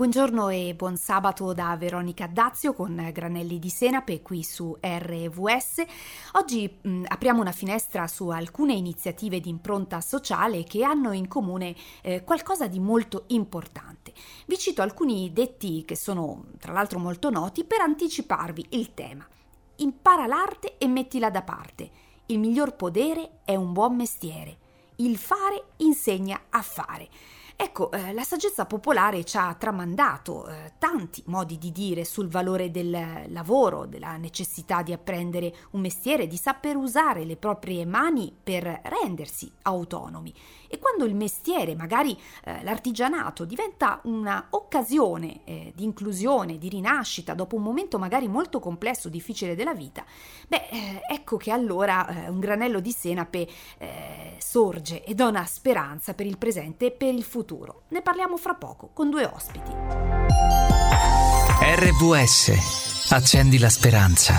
Buongiorno e buon sabato da Veronica Dazio con Granelli di Senape qui su RVS. Oggi apriamo una finestra su alcune iniziative di impronta sociale che hanno in comune qualcosa di molto importante. Vi cito alcuni detti che sono tra l'altro molto noti per anticiparvi il tema. Impara l'arte e mettila da parte. Il miglior podere è un buon mestiere. Il fare insegna a fare. Ecco, la saggezza popolare ci ha tramandato tanti modi di dire sul valore del lavoro, della necessità di apprendere un mestiere, di saper usare le proprie mani per rendersi autonomi. E quando il mestiere, magari l'artigianato, diventa una occasione di inclusione, di rinascita dopo un momento magari molto complesso, difficile della vita, ecco che allora un granello di senape sorge e dona speranza per il presente e per il futuro. Ne parliamo fra poco con due ospiti. RVS, accendi la speranza.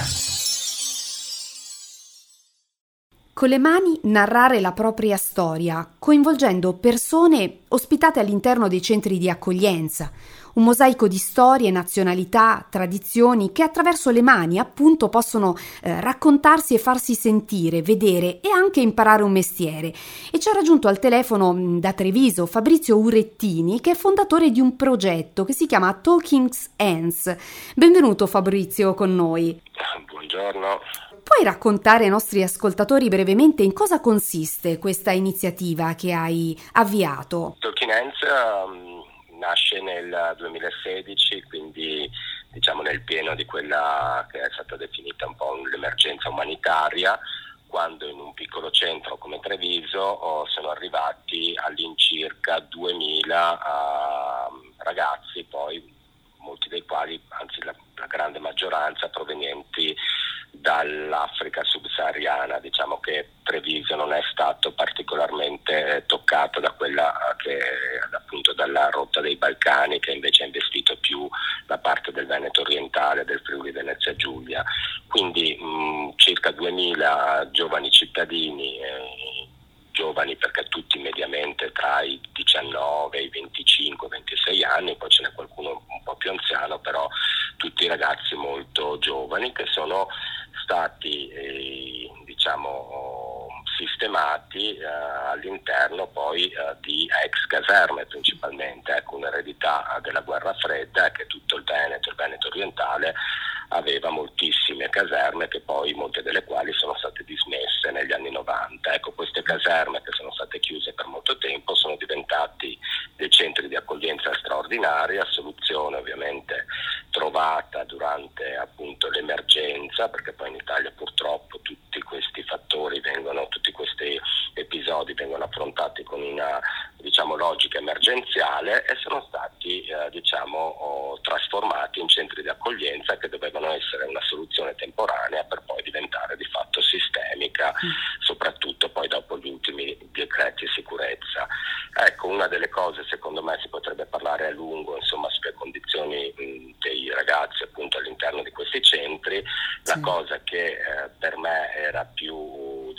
Con le mani narrare la propria storia, coinvolgendo persone ospitate all'interno dei centri di accoglienza, un mosaico di storie, nazionalità, tradizioni che attraverso le mani appunto possono raccontarsi e farsi sentire, vedere e anche imparare un mestiere. E ci ha raggiunto al telefono da Treviso Fabrizio Urettini, che è fondatore di un progetto che si chiama Talking Hands. Benvenuto Fabrizio con noi. Buongiorno. Puoi raccontare ai nostri ascoltatori brevemente in cosa consiste questa iniziativa che hai avviato? Talking Hands nasce nel 2016, quindi diciamo nel pieno di quella che è stata definita un po' l'emergenza umanitaria, quando in un piccolo centro come Treviso sono arrivati all'incirca 2000 ragazzi, poi molti dei quali, anzi la grande maggioranza, provenienti dall'Africa subsahariana. Diciamo che Treviso non è stato particolarmente toccato da quella che appunto dalla rotta dei Balcani, che invece ha investito più la parte del Veneto orientale, del Friuli Venezia Giulia. Quindi circa 2000 giovani cittadini, giovani perché tutti mediamente tra i 19 e i 25-26 anni, poi ce n'è qualcuno un po' più anziano, però tutti ragazzi molto giovani che sono stati sistemati all'interno poi di ex caserme principalmente. Ecco, un'eredità della guerra fredda è che tutto il Veneto orientale aveva moltissime caserme, che poi molte delle quali sono state dismesse negli anni 90. Ecco, queste caserme che sono state chiuse per molto tempo sono diventati dei centri di accoglienza straordinaria, soluzione ovviamente trovata durante appunto l'emergenza, perché poi in Italia purtroppo tutti questi fattori tutti questi episodi vengono affrontati con una logica emergenziale, e sono stati trasformati in centri di accoglienza che dovevano essere una soluzione temporanea per poi diventare di fatto sistemica, soprattutto poi dopo gli ultimi decreti sicurezza. Ecco, una delle cose, secondo me si potrebbe parlare a lungo, sulle condizioni dei ragazzi appunto all'interno di questi centri. La cosa che per me era più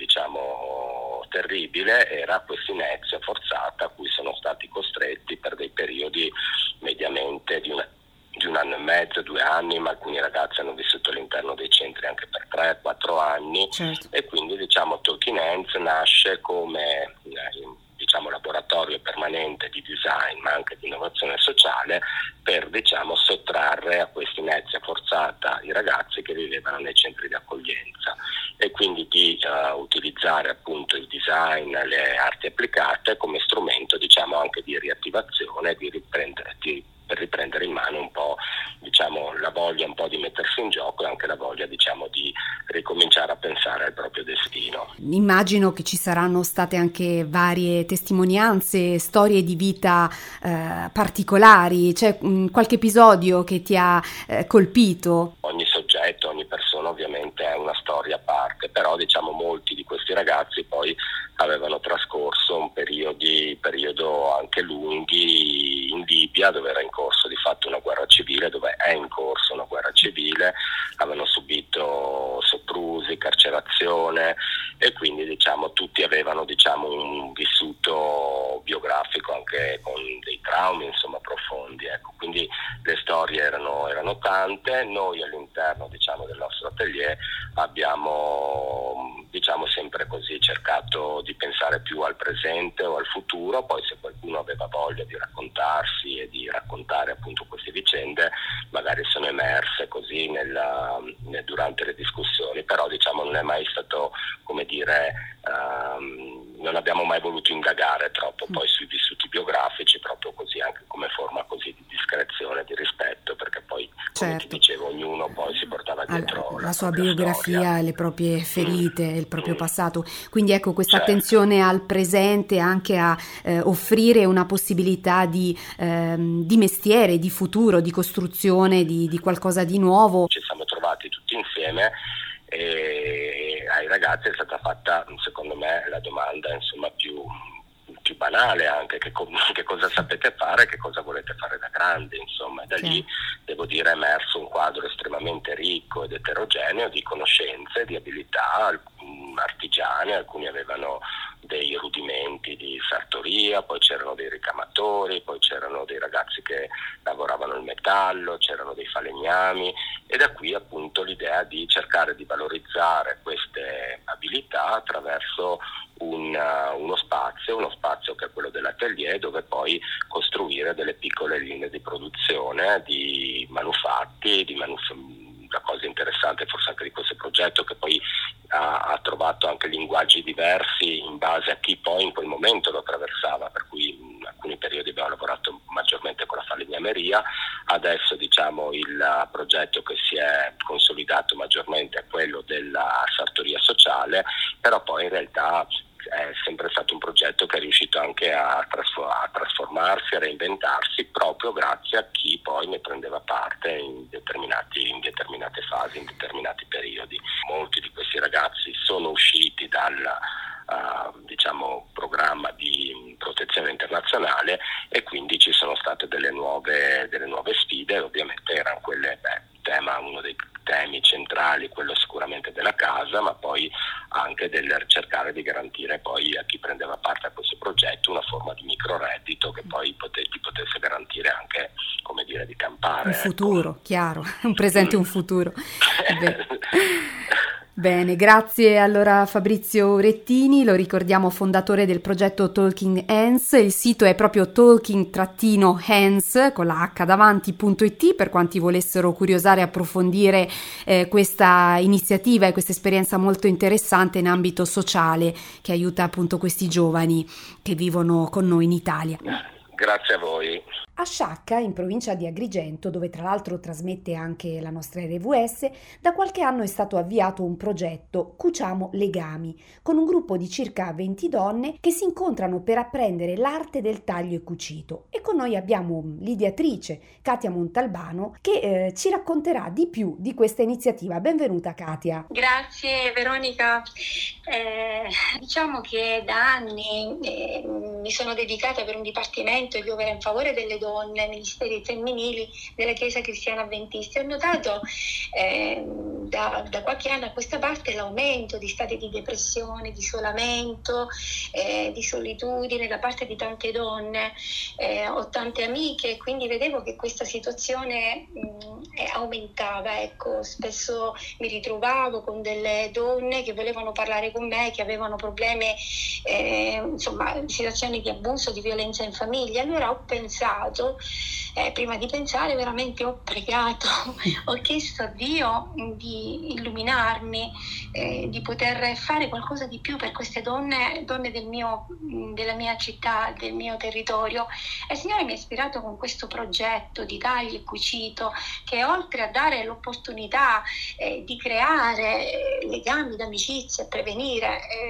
terribile era questa inezia forzata a cui sono stati costretti per dei periodi mediamente di un anno e mezzo, 2 anni, ma alcuni ragazzi hanno vissuto all'interno dei centri anche per 3-4 anni. Certo. E quindi Talking Hands nasce come laboratorio permanente di design ma anche di innovazione sociale per sottrarre a questa inezia forzata i ragazzi che vivevano nei centri di accoglienza, e quindi di utilizzare appunto il design, le arti applicate come strumento anche di riattivazione, per riprendere in mano un po' la voglia un po' di mettersi in gioco e anche la voglia di ricominciare a pensare al proprio destino. Immagino che ci saranno state anche varie testimonianze, storie di vita particolari. C'è qualche episodio che ti ha colpito? Ogni soggetto, ogni persona ovviamente è una storia a parte, però molti di questi ragazzi poi avevano trascorso un periodo anche lunghi in Libia, dove era in corso di fatto una guerra civile, dove è in corso una guerra civile, avevano subito soprusi, abusi, carcerazione, e quindi diciamo tutti avevano diciamo un vissuto biografico anche con dei traumi insomma profondi, ecco. Quindi le storie erano tante. Noi all'interno diciamo del nostro atelier abbiamo diciamo sempre così cercato di pensare più al presente o al futuro, poi se qualcuno aveva voglia di raccontarsi e di raccontare appunto queste vicende magari sono emerse così durante le discussioni, però diciamo non è mai stato, come dire, non abbiamo mai voluto indagare troppo poi sui vissuti biografici, proprio così, anche come forma così di discrezione, di rispetto, perché poi come ti dicevo ognuno poi si portava dietro la sua biografia, storia, le proprie ferite, il proprio passato, quindi ecco questa attenzione al presente, anche a offrire una possibilità di mestiere, di futuro, di costruzione di qualcosa di nuovo. Ci siamo trovati tutti insieme e ai ragazzi è stata fatta secondo me la domanda insomma più banale anche, che cosa sapete fare, che cosa volete fare da grandi, insomma, e da lì devo dire è emerso un quadro estremamente ricco ed eterogeneo di conoscenze, di abilità artigiane. Alcuni avevano dei rudimenti di sartoria, poi c'erano dei ricamatori, poi c'erano dei ragazzi che lavoravano il metallo, c'erano dei falegnami, e da qui appunto l'idea di cercare di valorizzare queste abilità attraverso uno spazio che è quello dell'atelier, dove poi costruire delle piccole linee di produzione di manufatti, la cosa interessante forse anche di questo progetto, che poi ha trovato anche linguaggi diversi in base a chi poi in quel momento lo attraversava, per cui in alcuni periodi abbiamo lavorato maggiormente con la falegnameria. Adesso diciamo il progetto che si è consolidato maggiormente è quello della sartoria sociale, però poi in realtà è sempre stato un progetto che è riuscito anche a trasformarsi, a reinventarsi, proprio grazie a chi poi ne prendeva parte in determinate fasi, in determinati periodi. Molti di questi ragazzi sono usciti dal diciamo programma di protezione internazionale, e quindi ci sono state delle nuove sfide. Ovviamente erano quelle, uno dei temi centrali, quello sicuramente della casa, ma poi anche del cercare di garantire poi a chi prendeva parte a questo progetto una forma di microreddito che poi ti potesse garantire anche, come dire, di campare. Un futuro, chiaro, un presente e un futuro. Bene, grazie allora Fabrizio Rettini, lo ricordiamo fondatore del progetto Talking Hands. Il sito è proprio talking-hands con la H davanti.it per quanti volessero curiosare e approfondire questa iniziativa e questa esperienza molto interessante in ambito sociale che aiuta appunto questi giovani che vivono con noi in Italia. Grazie a voi. A Sciacca, in provincia di Agrigento, dove tra l'altro trasmette anche la nostra RVS, da qualche anno è stato avviato un progetto Cuciamo Legami, con un gruppo di circa 20 donne che si incontrano per apprendere l'arte del taglio e cucito. E con noi abbiamo l'ideatrice Katia Montalbano che ci racconterà di più di questa iniziativa. Benvenuta Katia. Grazie Veronica. Diciamo che da anni mi sono dedicata per un dipartimento che opera in favore delle donne, ministeri femminili della Chiesa Cristiana Adventista. Ho notato da qualche anno a questa parte l'aumento di stati di depressione, di isolamento, di solitudine da parte di tante donne. Ho tante amiche e quindi vedevo che questa situazione aumentava. Ecco, spesso mi ritrovavo con delle donne che volevano parlare con me, che avevano problemi, situazioni di abuso, di violenza in famiglia. Allora ho pensato, prima di pensare veramente ho pregato, ho chiesto a Dio di illuminarmi, di poter fare qualcosa di più per queste donne della mia città, del mio territorio. E il Signore mi ha ispirato con questo progetto di taglio e cucito, che oltre a dare l'opportunità di creare legami d'amicizia, prevenire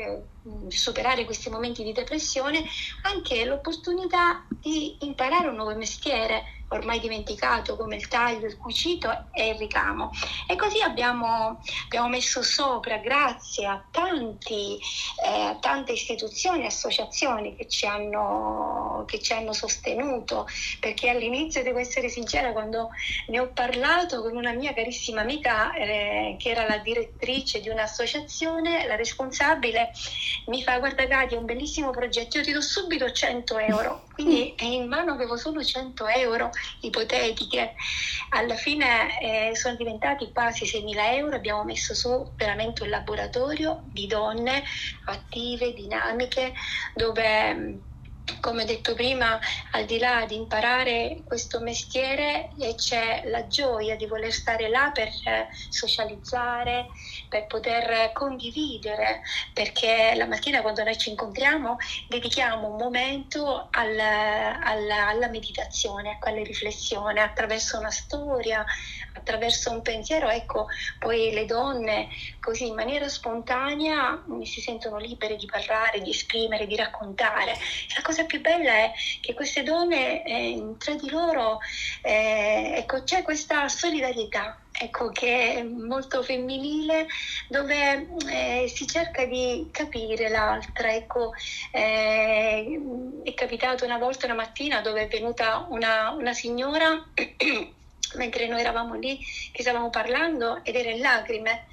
superare questi momenti di depressione, anche l'opportunità di imparare un nuovo mestiere ormai dimenticato, come il taglio, il cucito e il ricamo. E così abbiamo messo sopra, grazie a tante istituzioni e associazioni che ci hanno sostenuto, perché all'inizio, devo essere sincera, quando ne ho parlato con una mia carissima amica che era la direttrice di un'associazione, la responsabile mi fa: guarda Katia, è un bellissimo progetto, io ti do subito 100 euro. Quindi in mano avevo solo 100 euro ipotetiche. Alla fine sono diventati quasi 6.000 euro. Abbiamo messo su veramente un laboratorio di donne attive, dinamiche, dove, come ho detto prima, al di là di imparare questo mestiere, c'è la gioia di voler stare là per socializzare, per poter condividere, perché la mattina, quando noi ci incontriamo, dedichiamo un momento alla meditazione, alla riflessione, attraverso una storia, attraverso un pensiero. Ecco, poi le donne così in maniera spontanea si sentono libere di parlare, di esprimere, di raccontare. La cosa più bella è che queste donne tra di loro c'è questa solidarietà, ecco, che è molto femminile, dove si cerca di capire l'altra. Ecco, è capitato una volta, una mattina, dove è venuta una signora mentre noi eravamo lì che stavamo parlando, ed era in lacrime,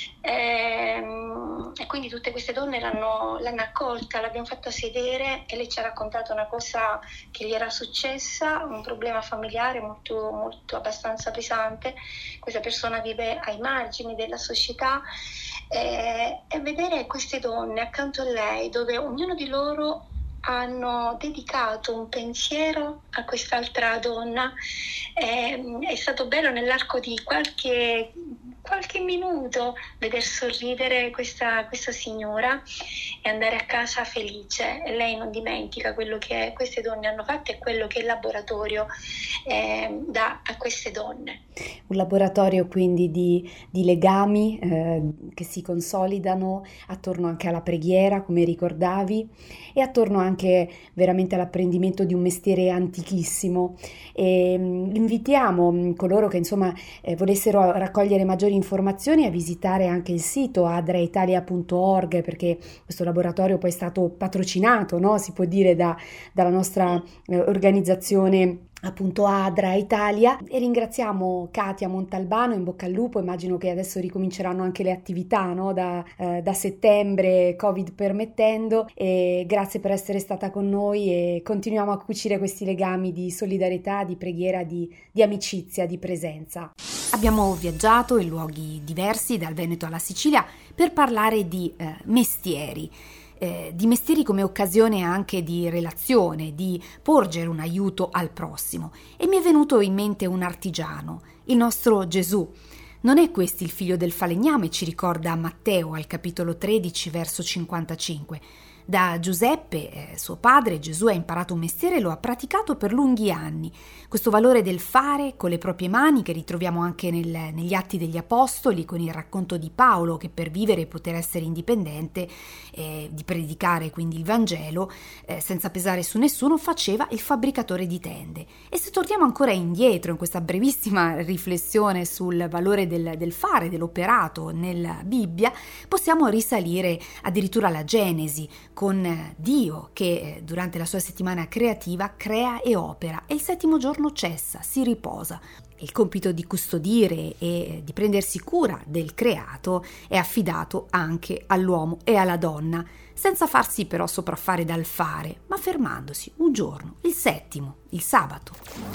e quindi tutte queste donne l'hanno accolta, l'abbiamo fatta sedere e lei ci ha raccontato una cosa che gli era successa, un problema familiare molto, molto abbastanza pesante. Questa persona vive ai margini della società, e vedere queste donne accanto a lei, dove ognuno di loro hanno dedicato un pensiero a quest'altra donna, è stato bello nell'arco di qualche minuto veder sorridere questa signora e andare a casa felice. E lei non dimentica quello che queste donne hanno fatto e quello che il laboratorio dà a queste donne. Un laboratorio quindi di legami che si consolidano attorno anche alla preghiera, come ricordavi, e attorno anche veramente all'apprendimento di un mestiere antichissimo. E invitiamo coloro che insomma volessero raccogliere maggiori informazioni a visitare anche il sito adraitalia.org, perché questo laboratorio poi è stato patrocinato, no? Si può dire dalla nostra organizzazione, appunto, Adra Italia. E ringraziamo Katia Montalbano, in bocca al lupo. Immagino che adesso ricominceranno anche le attività, no? Da settembre, Covid permettendo, e grazie per essere stata con noi, e continuiamo a cucire questi legami di solidarietà, di preghiera, di amicizia, di presenza. Abbiamo viaggiato in luoghi diversi, dal Veneto alla Sicilia, per parlare di mestieri come occasione anche di relazione, di porgere un aiuto al prossimo. E mi è venuto in mente un artigiano, il nostro Gesù. Non è questo il figlio del falegname, ci ricorda Matteo al capitolo 13, verso 55. Da Giuseppe, suo padre, Gesù ha imparato un mestiere e lo ha praticato per lunghi anni. Questo valore del fare con le proprie mani, che ritroviamo anche negli Atti degli Apostoli, con il racconto di Paolo, che per vivere e poter essere indipendente, di predicare quindi il Vangelo, senza pesare su nessuno, faceva il fabbricatore di tende. E se torniamo ancora indietro in questa brevissima riflessione sul valore del fare, dell'operato nella Bibbia, possiamo risalire addirittura alla Genesi, con Dio che durante la sua settimana creativa crea e opera, e il settimo giorno cessa, si riposa. Il compito di custodire e di prendersi cura del creato è affidato anche all'uomo e alla donna, senza farsi però sopraffare dal fare, ma fermandosi un giorno, il settimo, il sabato.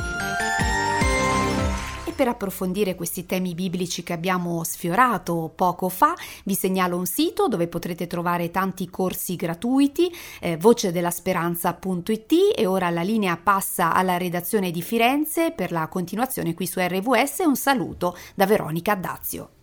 Per approfondire questi temi biblici che abbiamo sfiorato poco fa, vi segnalo un sito dove potrete trovare tanti corsi gratuiti, vocedellasperanza.it, e ora la linea passa alla redazione di Firenze per la continuazione qui su RVS. Un saluto da Veronica Dazio.